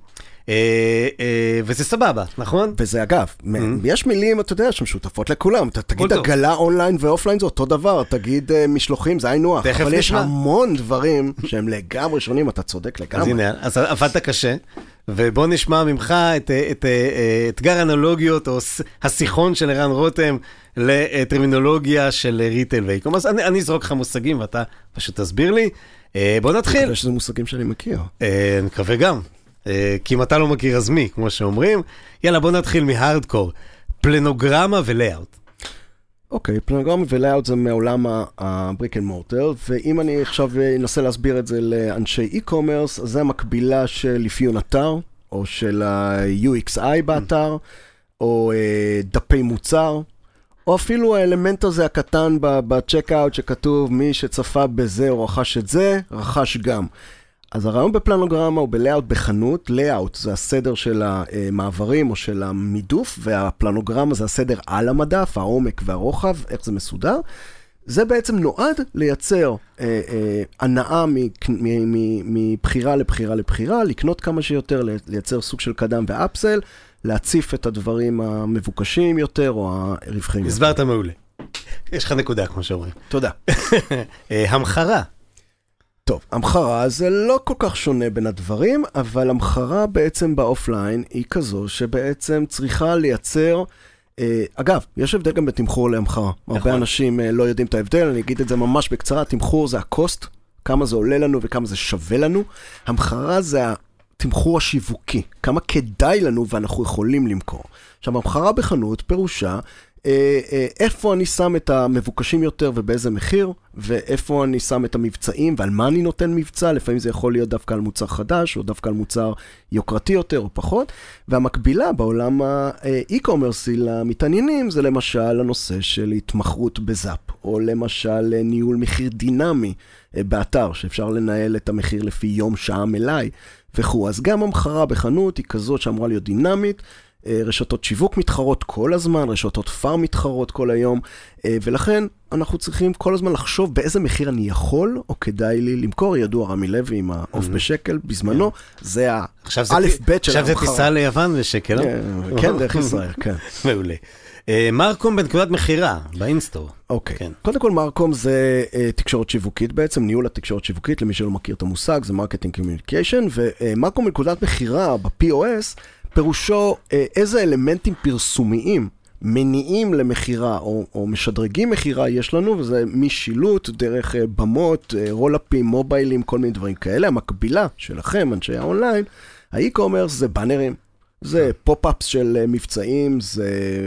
וזה סבבה, נכון? וזה אגב, יש מילים, אתה יודע, שמשותפות לכולם, תגיד עגלה אונליין ואופליין זה אותו דבר, תגיד משלוחים, זה היינו נוח, אבל יש המון דברים שהם לגמרי שונים, אתה צודק לגמרי. אז הנה, אז עבדת קשה, ובוא נשמע ממך את אתגר האנלוגיות, או השיחון של ערן רותם, לטרמינולוגיה של ריטייל ואיקום. אז אני אזרוק לך מושגים, ואתה פשוט תסביר לי. בוא נתחיל. אני חושב שזה מושגים שאני מכיר. אני מקווה גם. כי אם אתה לא מכיר אז מי, כמו שאומרים. יאללה, בוא נתחיל מהארדקור. פלנוגרמה ולאוט. אוקיי, פלנוגרמה ולאוט זה מעולם הבריק אנד מורטר, ואם אני עכשיו אנסה להסביר את זה לאנשי e-commerce, זה המקבילה של אפיון אתר, או של ה-UXI באתר, או דפי מוצר, או אפילו האלמנט הזה הקטן בצ'קאוט שכתוב מי שצפה בזה או רכש את זה, רכש גם. אז הרעיון בפלנוגרמה הוא בלאוט בחנות, לאוט זה הסדר של המעברים או של המידוף, והפלנוגרמה זה הסדר על המדף, העומק והרוחב, איך זה מסודר. זה בעצם נועד לייצר הנאה מבחירה לבחירה לבחירה, לקנות כמה שיותר, לייצר סוג של קדם ואפסל, להציף את הדברים המבוקשים יותר או הרווחים. הסברת מעולה. יש לך נקודה כמו שאומרים. תודה. המחרה. טוב, המחרה זה לא כל כך שונה בין הדברים, אבל המחרה בעצם באופליין היא כזו שבעצם צריכה לייצר, אגב, יש הבדל גם בתמחור להמחרה. הרבה אנשים לא יודעים את ההבדל, אני אגיד את זה ממש בקצרה, התמחור זה הקוסט, כמה זה עולה לנו וכמה זה שווה לנו. המחרה זה התמחור השיווקי, כמה כדאי לנו ואנחנו יכולים למכור. עכשיו, המחרה בחנות פירושה, איפה אני שם את המבוקשים יותר ובאיזה מחיר, ואיפה אני שם את המבצעים ועל מה אני נותן מבצע, לפעמים זה יכול להיות דווקא על מוצר חדש, או דווקא על מוצר יוקרתי יותר או פחות, והמקבילה בעולם האי-קומרסי למתעניינים, זה למשל הנושא של התמחרות בזאפ, או למשל ניהול מחיר דינמי באתר, שאפשר לנהל את המחיר לפי יום, שעה, מלאי וכו'. אז גם המחרה בחנות היא כזאת שאמורה להיות דינמית, רשתות שיווק מתחרות כל הזמן, רשתות פארם מתחרות כל היום, ולכן אנחנו צריכים כל הזמן לחשוב באיזה מחיר אני יכול, או כדאי לי למכור. ידוע רמי לוי עם העוף בשקל בזמנו, זה האלף בית של המחרה. עכשיו זה טיסה ליוון בשקל, לא? כן, דרך ישראל, כן. מעולה. מרקום בנקודת מחירה, באינסטור. אוקיי. קודם כל מרקום זה תקשורת שיווקית בעצם, ניהול התקשורת שיווקית, למי שלא מכיר את המושג, זה מרקטינג קומיוניקיישן, ומרקום בנקודת מחירה ב-POS, פירושו איזה אלמנטים פרסומיים מניעים למחירה או משדרגים מחירה יש לנו, וזה משילוט, דרך במות, רולאפים, מוביילים, כל מיני דברים כאלה. המקבילה שלכם, אנשי האונליין, האי-קומרס זה בנרים, זה פופ-אפס של מבצעים, זה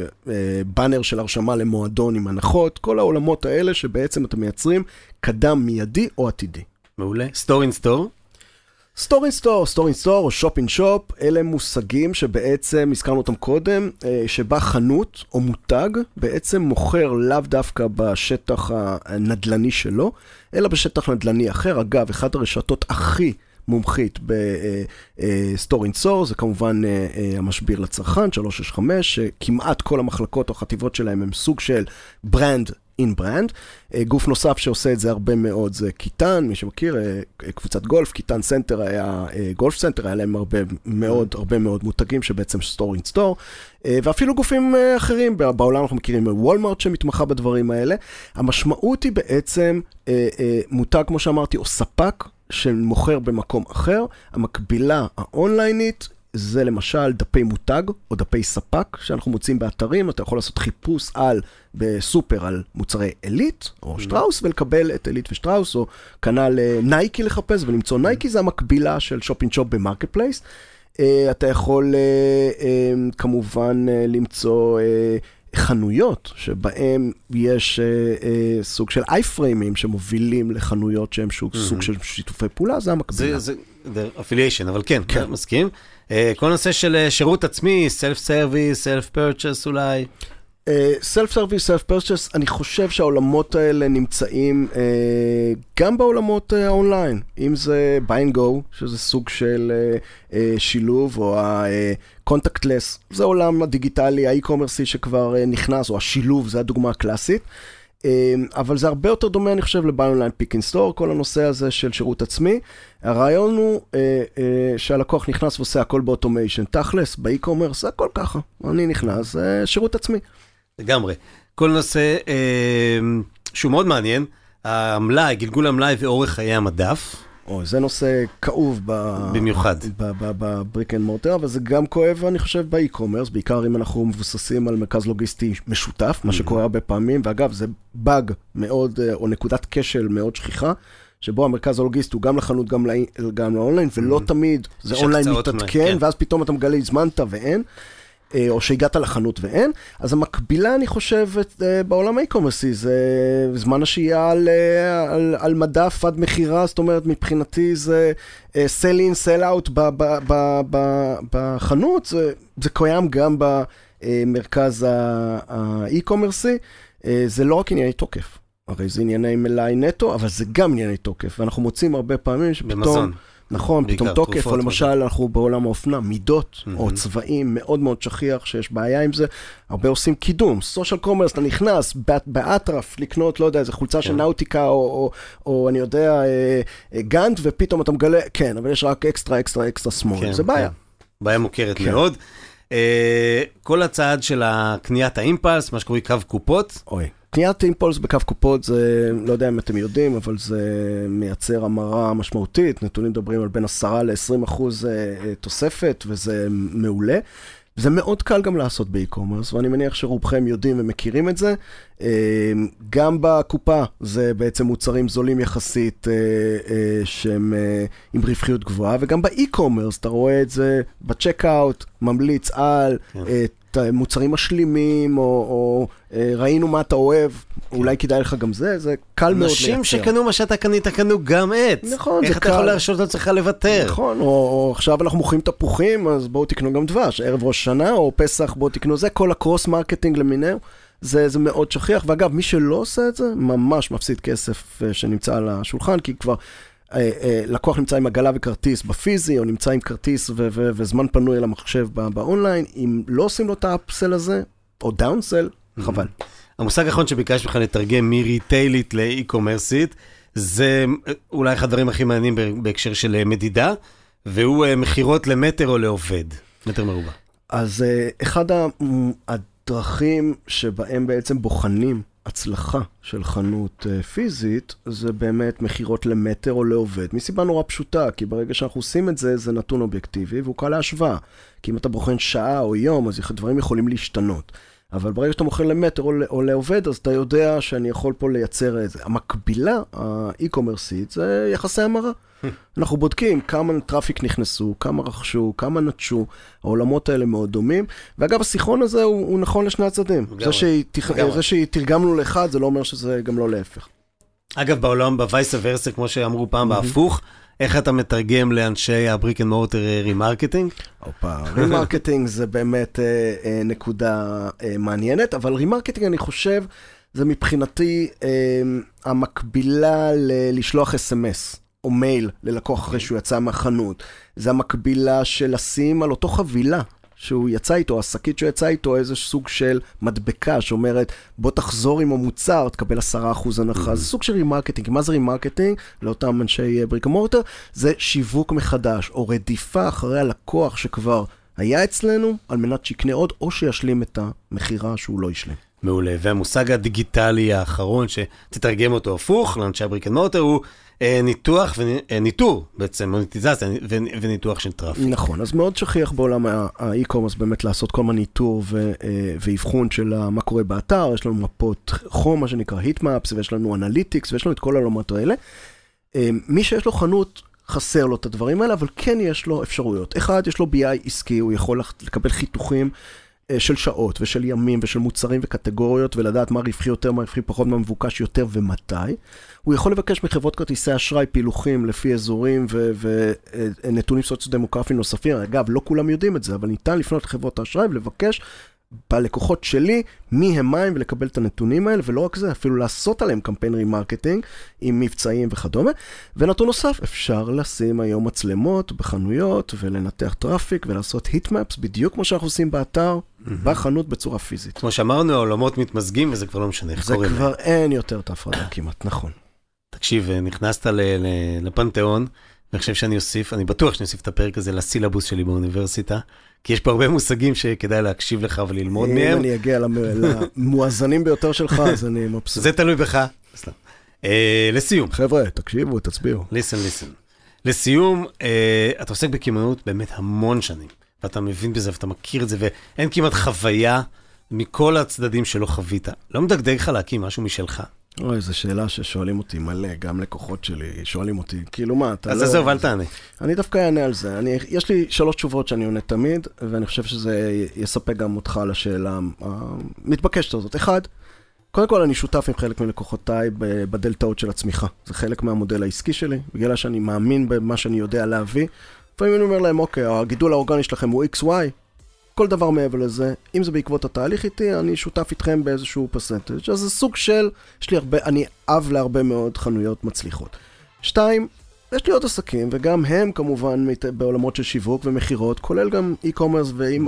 בנר של הרשמה למועדון עם הנחות, כל העולמות האלה שבעצם אתם מייצרים קדם מיידי או עתידי. מעולה. סטור אין סטור? סטור אין סטור, סטור אין סטור או שופ אין שופ, אלה מושגים שבעצם, הזכרנו אותם קודם, שבה חנות או מותג בעצם מוכר לאו דווקא בשטח הנדלני שלו, אלא בשטח נדלני אחר. אגב, אחת הרשתות הכי מומחית בסטור אין סטור, זה כמובן המשביר לצרכן, 365, שכמעט כל המחלקות או חטיבות שלהם הם סוג של ברנד in-brand. גוף נוסף שעושה את זה הרבה מאוד זה קיטן, מי שמכיר, קבוצת גולף, קיטן סנטר היה, גולף סנטר היה להם הרבה מאוד מותגים שבעצם store in store, ואפילו גופים אחרים, בעולם אנחנו מכירים וולמארט שמתמחה בדברים האלה. המשמעות היא בעצם מותג, כמו שאמרתי, או ספק שמוכר במקום אחר. המקבילה האונליינית זה למשל דפי מותג או דפי ספק שאנחנו מוצאים באתרים. אתה יכול לעשות חיפוש בסופר על מוצרי אליט או שטראוס ולקבל את אליט ושטראוס, או כנ"ל נייקי לחפש ולמצוא נייקי. זה המקבילה של שופינג שופ במרקט פלייס. אתה יכול כמובן למצוא חנויות שבהם יש סוג של איי-פריימים שמובילים לחנויות שהם סוג של שיתופי פעולה. זה המקבילה. זה affiliation, אבל כן, מסכים. כל נושא של שירות עצמי, self-service, self-purchase אולי. self-service, self-purchase, אני חושב שהעולמות האלה נמצאים גם בעולמות האונליין, אם זה buy and go, שזה סוג של שילוב, או ה-contactless, זה עולם הדיגיטלי, האי-קומרסי שכבר נכנס, או השילוב, זה הדוגמה הקלאסית. אבל זה הרבה יותר דומה, אני חושב, לבא אונליין פיק אין סטור, כל הנושא הזה של שירות עצמי. הרעיון הוא שהלקוח נכנס ועושה הכל באוטומיישן. תכלס, באי-קומרס, זה הכל ככה. אני נכנס, שירות עצמי. לגמרי. כל נושא שהוא מאוד מעניין, המלאי, גלגול המלאי ואורך חיי המדף. זה נושא כאוב במיוחד בבריק אנד מורטר, אבל זה גם כואב, אני חושב, באי-קומרס, בעיקר אם אנחנו מבוססים על מרכז לוגיסטי משותף, מה שקורה הרבה פעמים, ואגב, זה באג מאוד, או נקודת כשל מאוד שכיחה, שבו המרכז הלוגיסטי הוא גם לחנות, גם לאונליין, ולא תמיד זה אונליין מתעדכן, ואז פתאום אתה מגלה, הזמנת ואין, או שהגעת לחנות ואין. אז המקבילה, אני חושבת, בעולם האי-קומרסי, זה זמן השהייה על מדף עד מחירה, זאת אומרת, מבחינתי זה sell in, sell out בחנות, זה קיים גם במרכז האי-קומרסי, זה לא רק ענייני תוקף, הרי זה ענייני מלאי נטו, אבל זה גם ענייני תוקף, ואנחנו מוצאים הרבה פעמים שפתאום... במזון. נכון, פתאום תוקף, או למשל אנחנו בעולם האופנה, מידות או צבעים מאוד מאוד שכיח שיש בעיה עם זה, הרבה עושים קידום, סושיאל קומרס, אתה נכנס באטרף לקנות, לא יודע, איזה חולצה של נאוטיקה, או אני יודע, גנט, ופתאום אתה מגלה, כן, אבל יש רק אקסטרה סמול, זה בעיה. בעיה מוכרת מאוד. כל הצעד של קניית האימפלס, מה שקוראים קו קופות. אוי. קניית אימפולס בקו קופות זה, לא יודע אם אתם יודעים, אבל זה מייצר המרה משמעותית, נתונים מדברים על בין 10% ל-20% תוספת, וזה מעולה. זה מאוד קל גם לעשות באי-קומרס, ואני מניח שרובכם יודעים ומכירים את זה. גם בקופה זה בעצם מוצרים זולים יחסית, שהם עם רווחיות גבוהה, וגם באי-קומרס אתה רואה את זה בצ'קאוט, ממליץ על מוצרים משלימים, או ראינו מה אתה אוהב, אולי כדאי לך גם זה קל מאוד לייצר. אנשים שקנו מה שאתה קנית, קנו גם עץ. נכון, איך אתה יכול להרשות, אתה צריכה לוותר. נכון, או עכשיו אנחנו מוכרים תפוחים, אז בואו תקנו גם דבש, ערב ראש שנה, או פסח, בואו תקנו זה, כל הקרוס מרקטינג למיניהו, זה מאוד שכיח, ואגב, מי שלא עושה את זה, ממש מפסיד כסף שנמצא על השולחן, כי כבר לקוח נמצא עם עגלה וכרטיס בפיזי, או נמצא עם כרטיס וזמן פנוי על המחשב באונליין, אם לא עושים לו את האפסל הזה, או דאונסל, חבל. המושג האחרון שביקש בכלל לתרגם מריטיילית לאי-קומרסית, זה אולי אחד הדברים הכי מעניינים בהקשר של מדידה, והוא מחירות למטר או לעובד, מטר מרובע. אז אחד הדרכים שבהם בעצם בוחנים הצלחה של חנות פיזית, זה באמת מחירות למטר או לעובד. מסיבה נורא פשוטה, כי ברגע שאנחנו עושים את זה, זה נתון אובייקטיבי, והוא קל להשוואה. כי אם אתה בוחן שעה או יום, אז דברים יכולים להשתנות. אבל ברגע שאתה מוכר למטר או לעובד, אז אתה יודע שאני יכול פה לייצר את זה. המקבילה האי-קומרסית זה יחסי המרה. אנחנו בודקים כמה טראפיק נכנסו, כמה רכשו, כמה נטשו, העולמות האלה מאוד דומים, ואגב הסיכון הזה הוא נכון לשני הצדדים. זה שתרגמנו לאחד, זה לא אומר שזה גם לא להפך. אגב, בעולם, בווייס הוורסה, כמו שאמרו פעם, בהפוך, איך אתה מתרגם לאנשי הבריק אנד מורטר רימרקטינג? רימרקטינג זה באמת נקודה מעניינת, אבל רימרקטינג אני חושב, זה מבחינתי המקבילה לשלוח SMS. או מייל ללקוח אחרי שהוא יצא מהחנות. זה המקבילה של לשים על אותו חבילה שהוא יצא איתו, השקית שהוא יצא איתו, איזה סוג של מדבקה שאומרת, בוא תחזור עם המוצר, תקבל 10% הנחה. זה סוג של רימרקטינג. מה זה רימרקטינג? לאותם אנשי בריק ומורטר, זה שיווק מחדש, או רדיפה אחרי הלקוח שכבר היה אצלנו, על מנת שיקנה עוד, או שישלים את המחירה שהוא לא ישלים. מעולה. והמושג הדיגיטלי האחרון, שתתרגם אותו הפוך, לאנשי בריק ומורטר, הוא ניתוח וניטור, בעצם מוניטיזציה וניתוח של טראפיק. נכון, אז מאוד שכיח בעולם האי-קומרס באמת לעשות כל מיני ניטור ואבחון של מה קורה באתר, יש לנו מפות חום, מה שנקרא היט-מאפס, ויש לנו אנליטיקס, ויש לנו את כל העולמות האלה. מי שיש לו חנות, חסר לו את הדברים האלה, אבל כן יש לו אפשרויות. אחד, יש לו BI עסקי, הוא יכול לקבל חיתוכים של שעות ושל ימים ושל מוצרים וקטגוריות, ולדעת מה רווחי יותר, מה רווחי פחות, מה מבוקש יותר ומתי. הוא יכול לבקש מחברות כרטיסי אשראי פילוחים לפי אזורים ונתונים סוציו-דמוגרפיים נוספים. אגב, לא כולם יודעים את זה, אבל ניתן לפנות לחברות האשראי ולבקש בלקוחות שלי מי הם מים ולקבל את הנתונים האלה, ולא רק זה, אפילו לעשות עליהם קמפיין רימרקטינג עם מבצעים וכדומה. ונתון נוסף, אפשר לשים היום מצלמות בחנויות ולנתח טראפיק ולעשות היט-מאפס, בדיוק כמו שאנחנו עושים באתר, בחנות בצורה פיזית. כמו שאמרנו, העולמות מתמזגים וזה כבר לא משנה איך קוראים. זה כבר אין יותר את ההפרדה כמעט, נכון. תקשיב, נכנסת לפנתיאון, ואני חושב שאני אוסיף, אני בטוח שאני אוסיף את הפרק הזה לסילבוס שלי באוניברסיטה, כי יש פה הרבה מושגים שכדאי להקשיב לך וללמוד מהם. אם אני אגיע למואזנים ביותר שלך, אז אני מבסוט. זה תלוי בך. לסיום. חבר'ה, תקשיבו, תצביעו. listen. לסיום, אתה עוסק בקמעונאות באמת המון שנים, ואתה מבין בזה ואתה מכיר את זה, ואין כמעט חוויה מכל הצדדים שלא חווית. לא מדגדג לך להקים משהו משלך. אוי, זו שאלה ששואלים אותי מלא, גם לקוחות שלי שואלים אותי, כאילו מה, אתה לא... אז איזה, אבל תענה. אני דווקא אענה על זה. יש לי 3 תשובות שאני עונה תמיד, ואני חושב שזה יספק גם אותך לשאלה המתבקשת הזאת. 1, קודם כל אני שותף עם חלק מלקוחותיי בדלתאות של הצמיחה. זה חלק מהמודל העסקי שלי, בגלל שאני מאמין במה שאני יודע להביא. לפעמים אני אומר להם, אוקיי, הגידול האורגני שלכם הוא XY, כל דבר מעבר לזה, אם זה בעקבות התהליך איתי, אני שותף איתכם באיזשהו פרסנטג'. אז זה סוג של, אני אב להרבה מאוד חנויות מצליחות. 2, יש לי עוד עסקים, וגם הם כמובן בעולמות של שיווק ומחירות, כולל גם e-commerce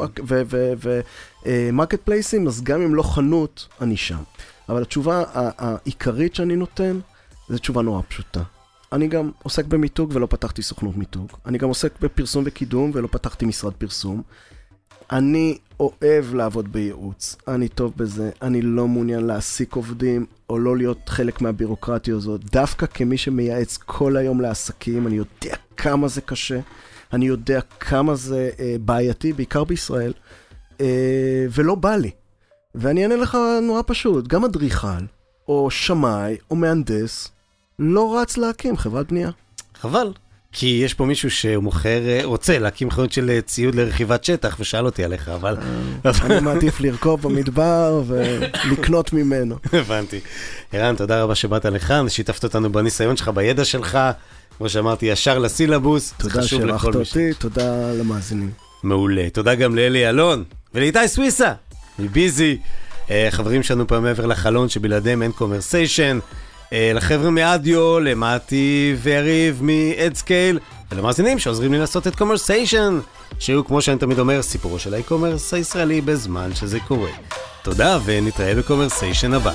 ומרקט פלייסים, אז גם אם לא חנות, אני שם. אבל התשובה העיקרית שאני נותן, זו תשובה נורא פשוטה. אני גם עוסק במיתוג ולא פתחתי סוכנות מיתוג. אני גם עוסק בפרסום וקידום ולא פתחתי משרד פרסום. אני אוהב לעבוד בייעוץ, אני טוב בזה, אני לא מעוניין להעסיק עובדים או לא להיות חלק מהבירוקרטיה הזאת. דווקא כמי שמייעץ כל היום לעסקים, אני יודע כמה זה קשה, אני יודע כמה זה בעייתי, בעיקר בישראל, ולא בא לי. ואני אענה לך נורא פשוט, גם אדריכל או שמאי או מהנדס לא רץ להקים חברת בנייה. חבל. כי יש פה מישהו רוצה להקים חנות של ציוד לרכיבת שטח, ושאל אותי עליך, אבל... אני מעדיף לרכוב במדבר ולקנות ממנו. הבנתי. ערן, תודה רבה שבאת לכאן, שיתפת אותנו בניסיון שלך, בידע שלך, כמו שאמרתי, ישר לסילבוס. תודה שערכת אותי, תודה למאזינים. מעולה. תודה גם לאלי אלון, ולאיתי סוויסה, מביזי, חברים שלנו פה מעבר לחלון, שבלעדיהם אין קומרסיישן, לחבר'ה מאדיו, למתי ויריב מאדסקייל, ולמאזינים שעוזרים לי לעשות את קומרסיישן, שהוא, כמו שאני תמיד אומר, סיפורו של האי-קומרס הישראלי בזמן שזה קורה. תודה, ונתראה בקומרסיישן הבא.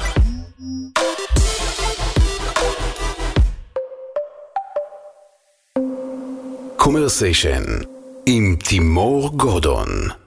קומרסיישן עם תימור גורדון.